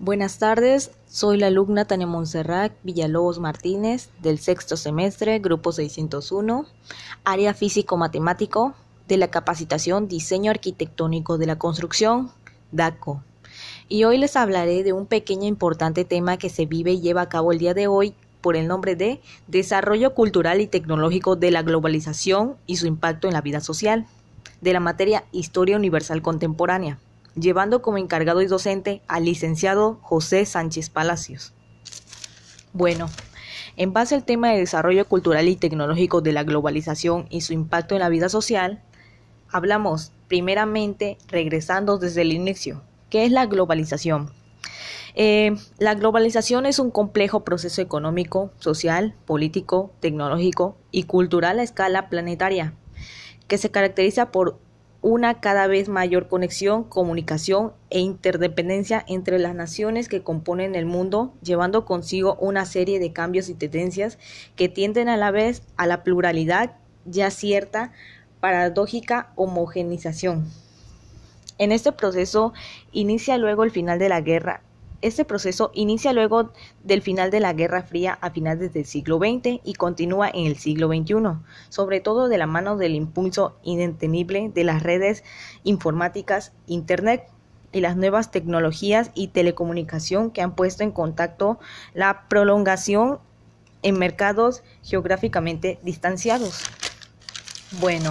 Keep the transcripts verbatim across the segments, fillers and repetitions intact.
Buenas tardes, soy la alumna Tania Montserrat Villalobos Martínez del sexto semestre, grupo seiscientos uno, área físico-matemático de la capacitación Diseño Arquitectónico de la Construcción, DACO. Y hoy les hablaré de un pequeño e importante tema que se vive y lleva a cabo el día de hoy por el nombre de Desarrollo Cultural y Tecnológico de la Globalización y su impacto en la vida social, de la materia Historia Universal Contemporánea, llevando como encargado y docente al licenciado José Sánchez Palacios. Bueno, en base al tema de desarrollo cultural y tecnológico de la globalización y su impacto en la vida social, hablamos primeramente regresando desde el inicio. ¿Qué es la globalización? Eh, la globalización es un complejo proceso económico, social, político, tecnológico y cultural a escala planetaria, que se caracteriza por una cada vez mayor conexión, comunicación e interdependencia entre las naciones que componen el mundo, llevando consigo una serie de cambios y tendencias que tienden a la vez a la pluralidad ya cierta, paradójica homogeneización. En este proceso inicia luego el final de la guerra. Este proceso inicia luego del final de la Guerra Fría a finales del siglo veinte y continúa en el siglo veintiuno, sobre todo de la mano del impulso indetenible de las redes informáticas, Internet y las nuevas tecnologías y telecomunicación que han puesto en contacto la prolongación en mercados geográficamente distanciados. Bueno,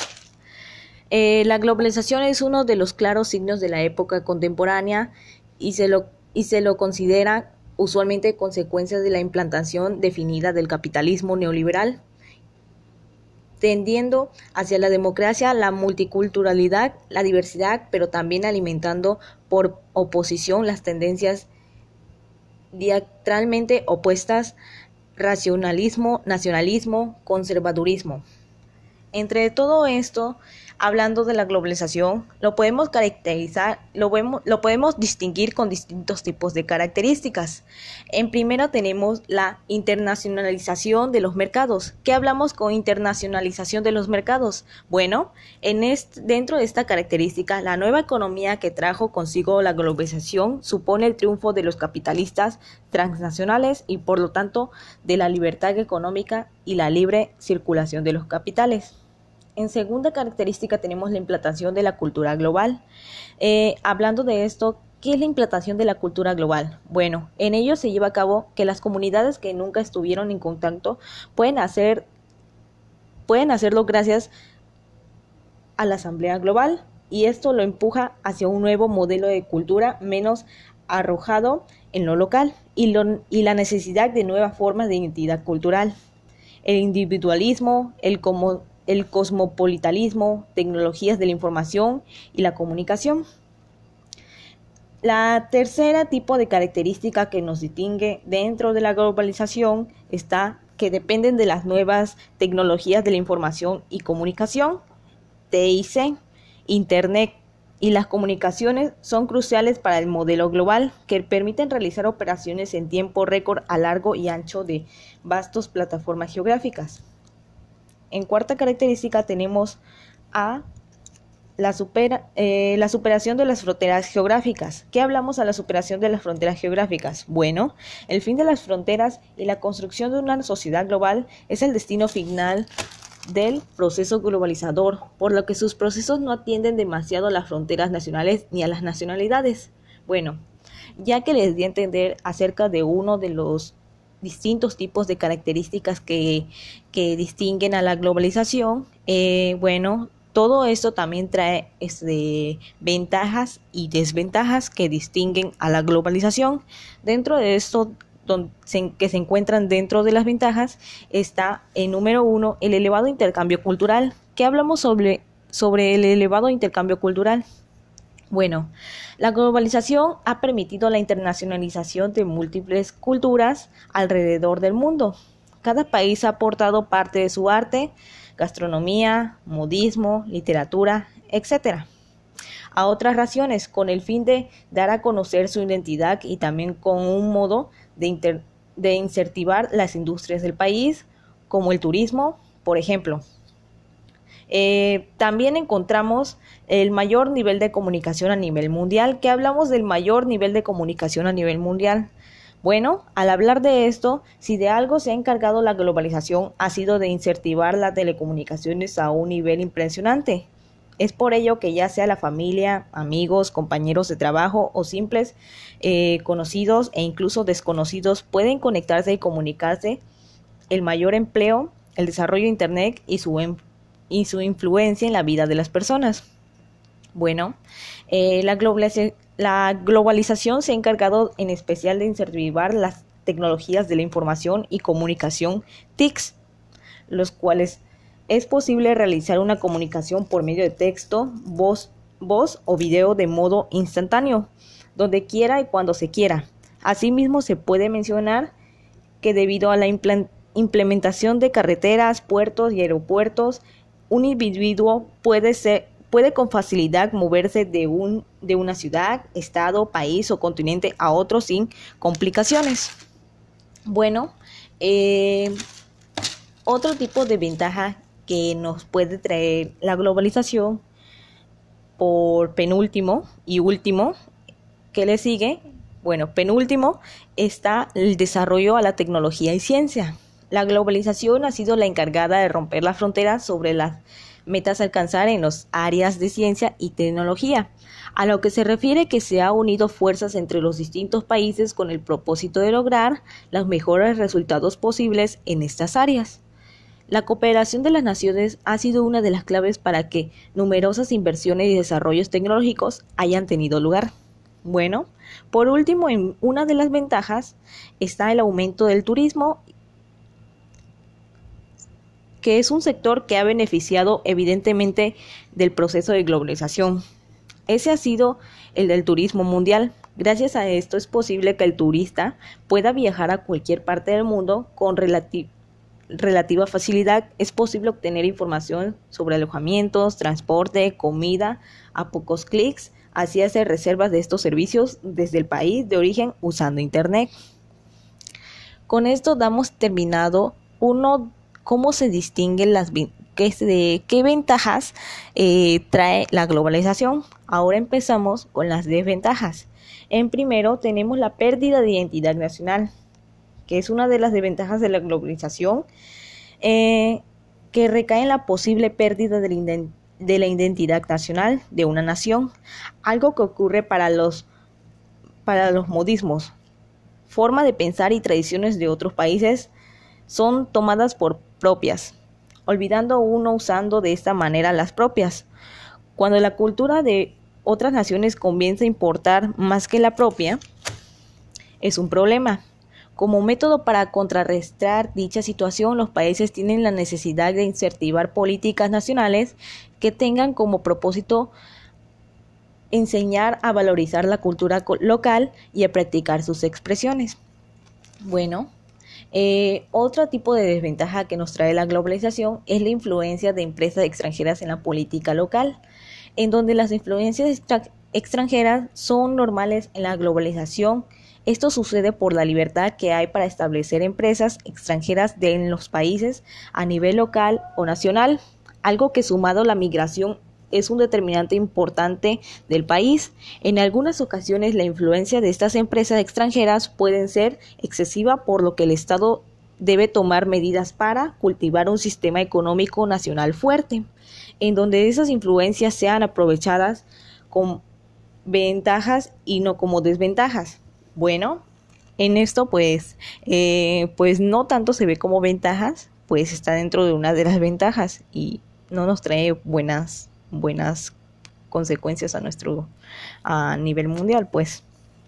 eh, la globalización es uno de los claros signos de la época contemporánea y se lo y se lo considera usualmente consecuencia de la implantación definida del capitalismo neoliberal, tendiendo hacia la democracia, la multiculturalidad, la diversidad, pero también alimentando por oposición las tendencias diametralmente opuestas: racionalismo, nacionalismo, conservadurismo. Entre todo esto, hablando de la globalización, lo podemos caracterizar, lo, vemos, lo podemos distinguir con distintos tipos de características. En primero tenemos la internacionalización de los mercados. ¿Qué hablamos con internacionalización de los mercados? Bueno, en este, dentro de esta característica, la nueva economía que trajo consigo la globalización supone el triunfo de los capitalistas transnacionales y por lo tanto de la libertad económica y la libre circulación de los capitales. En segunda característica tenemos la implantación de la cultura global. Eh, hablando de esto, ¿qué es la implantación de la cultura global? Bueno, en ello se lleva a cabo que las comunidades que nunca estuvieron en contacto pueden hacer, pueden hacerlo gracias a la Asamblea Global, y esto lo empuja hacia un nuevo modelo de cultura menos arrojado en lo local y, lo, y la necesidad de nuevas formas de identidad cultural. El individualismo, el como el cosmopolitanismo, tecnologías de la información y la comunicación. La tercera tipo de característica que nos distingue dentro de la globalización está que dependen de las nuevas tecnologías de la información y comunicación, T I C, Internet y las comunicaciones son cruciales para el modelo global, que permiten realizar operaciones en tiempo récord a largo y ancho de vastas plataformas geográficas. En cuarta característica tenemos a la, supera, eh, la superación de las fronteras geográficas. ¿Qué hablamos a la superación de las fronteras geográficas? Bueno, el fin de las fronteras y la construcción de una sociedad global es el destino final del proceso globalizador, por lo que sus procesos no atienden demasiado a las fronteras nacionales ni a las nacionalidades. Bueno, ya que les di a entender acerca de uno de los distintos tipos de características que, que distinguen a la globalización, eh, bueno, todo esto también trae este, ventajas y desventajas que distinguen a la globalización. Dentro de esto, donde se, que se encuentran dentro de las ventajas, está en número uno el elevado intercambio cultural. ¿Qué hablamos sobre, sobre el elevado intercambio cultural? Bueno, la globalización ha permitido la internacionalización de múltiples culturas alrededor del mundo. Cada país ha aportado parte de su arte, gastronomía, modismo, literatura, etcétera, a otras naciones con el fin de dar a conocer su identidad y también con un modo de, inter, de incentivar las industrias del país, como el turismo, por ejemplo. Eh, también encontramos el mayor nivel de comunicación a nivel mundial. ¿Qué hablamos del mayor nivel de comunicación a nivel mundial? Bueno, al hablar de esto, si de algo se ha encargado la globalización, ha sido de incentivar las telecomunicaciones a un nivel impresionante. Es por ello que ya sea la familia, amigos, compañeros de trabajo o simples eh, conocidos e incluso desconocidos pueden conectarse y comunicarse. El mayor empleo, el desarrollo de Internet y su, em y su influencia en la vida de las personas. Bueno, eh, la globalización La globalización se ha encargado en especial de incentivar las tecnologías de la información y comunicación T I Cs, los cuales es posible realizar una comunicación por medio de texto, voz, voz o video de modo instantáneo, donde quiera y cuando se quiera. Asimismo, se puede mencionar que debido a la implementación de carreteras, puertos y aeropuertos, un individuo puede ser puede con facilidad moverse de, un, de una ciudad, estado, país o continente a otro sin complicaciones. Bueno, eh, otro tipo de ventaja que nos puede traer la globalización, por penúltimo y último, ¿qué le sigue? Bueno, penúltimo está el desarrollo a la tecnología y ciencia. La globalización ha sido la encargada de romper las fronteras sobre las metas a alcanzar en las áreas de ciencia y tecnología, a lo que se refiere que se ha unido fuerzas entre los distintos países con el propósito de lograr los mejores resultados posibles en estas áreas. La cooperación de las naciones ha sido una de las claves para que numerosas inversiones y desarrollos tecnológicos hayan tenido lugar. Bueno, por último, en una de las ventajas está el aumento del turismo, que es un sector que ha beneficiado evidentemente del proceso de globalización. Ese ha sido el del turismo mundial. Gracias a esto es posible que el turista pueda viajar a cualquier parte del mundo con relati- relativa facilidad. Es posible obtener información sobre alojamientos, transporte, comida a pocos clics, así hacer reservas de estos servicios desde el país de origen usando Internet. Con esto damos terminado uno cómo se distinguen las qué, de, qué ventajas eh, trae la globalización. Ahora empezamos con las desventajas. En primero tenemos la pérdida de identidad nacional, que es una de las desventajas de la globalización, eh, que recae en la posible pérdida de la, de la identidad nacional de una nación, algo que ocurre para los, para los modismos. Forma de pensar y tradiciones de otros países son tomadas por propias, olvidando uno usando de esta manera las propias. Cuando la cultura de otras naciones comienza a importar más que la propia, es un problema. Como método para contrarrestar dicha situación, los países tienen la necesidad de incentivar políticas nacionales que tengan como propósito enseñar a valorizar la cultura local y a practicar sus expresiones. Bueno, Eh, otro tipo de desventaja que nos trae la globalización es la influencia de empresas extranjeras en la política local, en donde las influencias extra extranjeras son normales en la globalización. Esto sucede por la libertad que hay para establecer empresas extranjeras de, en los países a nivel local o nacional, algo que sumado a la migración es un determinante importante del país. En algunas ocasiones la influencia de estas empresas extranjeras puede ser excesiva, por lo que el Estado debe tomar medidas para cultivar un sistema económico nacional fuerte, en donde esas influencias sean aprovechadas con ventajas y no como desventajas. Bueno, en esto pues, eh, pues no tanto se ve como ventajas, pues está dentro de una de las ventajas y no nos trae buenas buenas consecuencias a nuestro a nivel mundial, pues.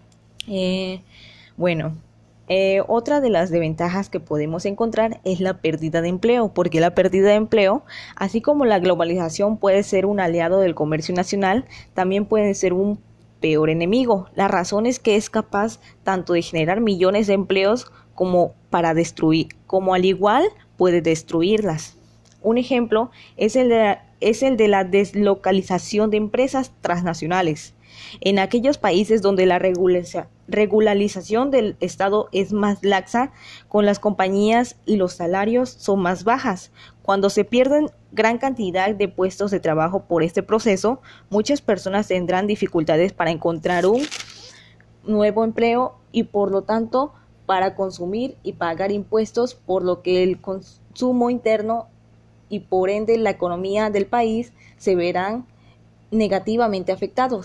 Eh, bueno, eh, otra de las desventajas que podemos encontrar es la pérdida de empleo, porque la pérdida de empleo, así como la globalización puede ser un aliado del comercio nacional, también puede ser un peor enemigo. La razón es que es capaz tanto de generar millones de empleos como para destruir, como al igual puede destruirlas. Un ejemplo es el de la, es el de la deslocalización de empresas transnacionales. En aquellos países donde la regulacia- regularización del Estado es más laxa, con las compañías y los salarios son más bajas. Cuando se pierden gran cantidad de puestos de trabajo por este proceso, muchas personas tendrán dificultades para encontrar un nuevo empleo y por lo tanto para consumir y pagar impuestos, por lo que el consumo interno y por ende la economía del país se verán negativamente afectados.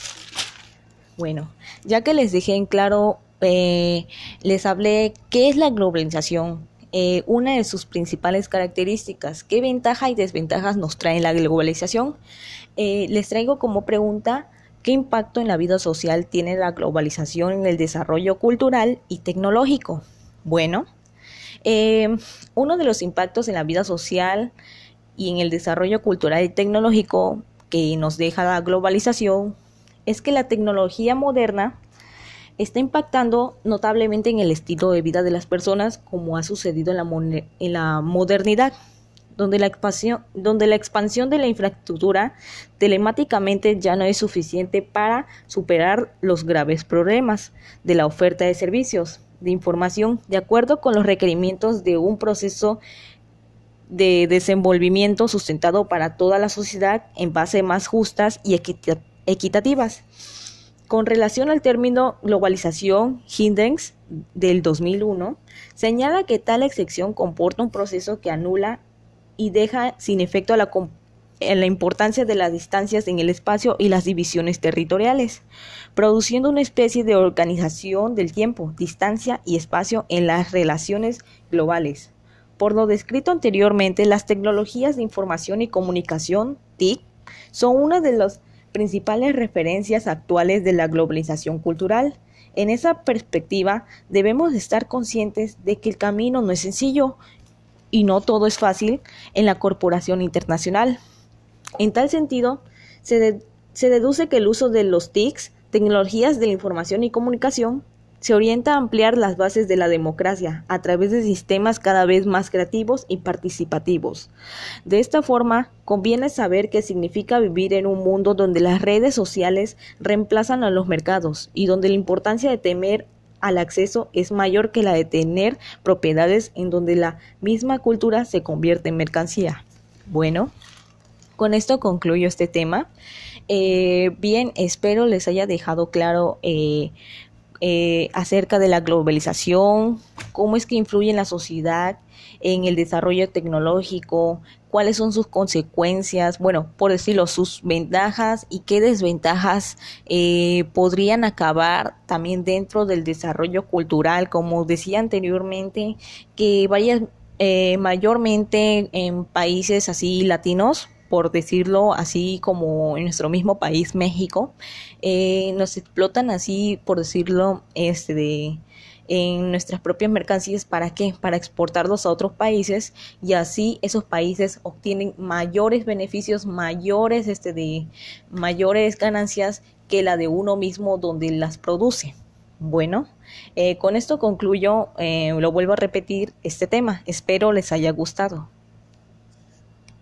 Bueno, ya que les dejé en claro, eh, les hablé qué es la globalización, eh, una de sus principales características, qué ventajas y desventajas nos trae la globalización. Eh, les traigo como pregunta, ¿qué impacto en la vida social tiene la globalización en el desarrollo cultural y tecnológico? Bueno, eh, uno de los impactos en la vida social y en el desarrollo cultural y tecnológico que nos deja la globalización es que la tecnología moderna está impactando notablemente en el estilo de vida de las personas, como ha sucedido en la, mon- en la modernidad, donde la, expansión, donde la expansión de la infraestructura telemáticamente ya no es suficiente para superar los graves problemas de la oferta de servicios de información, de acuerdo con los requerimientos de un proceso de desenvolvimiento sustentado para toda la sociedad en bases más justas y equita- equitativas. Con relación al término globalización, Hindex del dos mil uno señala que tal excepción comporta un proceso que anula y deja sin efecto a la, a la importancia de las distancias en el espacio y las divisiones territoriales, produciendo una especie de organización del tiempo, distancia y espacio en las relaciones globales. Por lo descrito anteriormente, las tecnologías de información y comunicación, T I C, son una de las principales referencias actuales de la globalización cultural. En esa perspectiva, debemos estar conscientes de que el camino no es sencillo y no todo es fácil en la corporación internacional. En tal sentido, se, de, se deduce que el uso de los T I Cs, tecnologías de la información y comunicación, se orienta a ampliar las bases de la democracia a través de sistemas cada vez más creativos y participativos. De esta forma, conviene saber qué significa vivir en un mundo donde las redes sociales reemplazan a los mercados y donde la importancia de temer al acceso es mayor que la de tener propiedades, en donde la misma cultura se convierte en mercancía. Bueno, con esto concluyo este tema. Eh, bien, espero les haya dejado claro eh, eh, acerca de la globalización, cómo es que influye en la sociedad, en el desarrollo tecnológico, cuáles son sus consecuencias, bueno, por decirlo, sus ventajas y qué desventajas eh, podrían acabar también dentro del desarrollo cultural, como decía anteriormente, que vaya eh, mayormente en países así latinos, por decirlo así, como en nuestro mismo país, México, eh, nos explotan así, por decirlo, este de en nuestras propias mercancías. ¿Para qué? Para exportarlos a otros países, y así esos países obtienen mayores beneficios, mayores este de mayores ganancias que la de uno mismo donde las produce. Bueno, eh, con esto concluyo, eh, lo vuelvo a repetir este tema. Espero les haya gustado.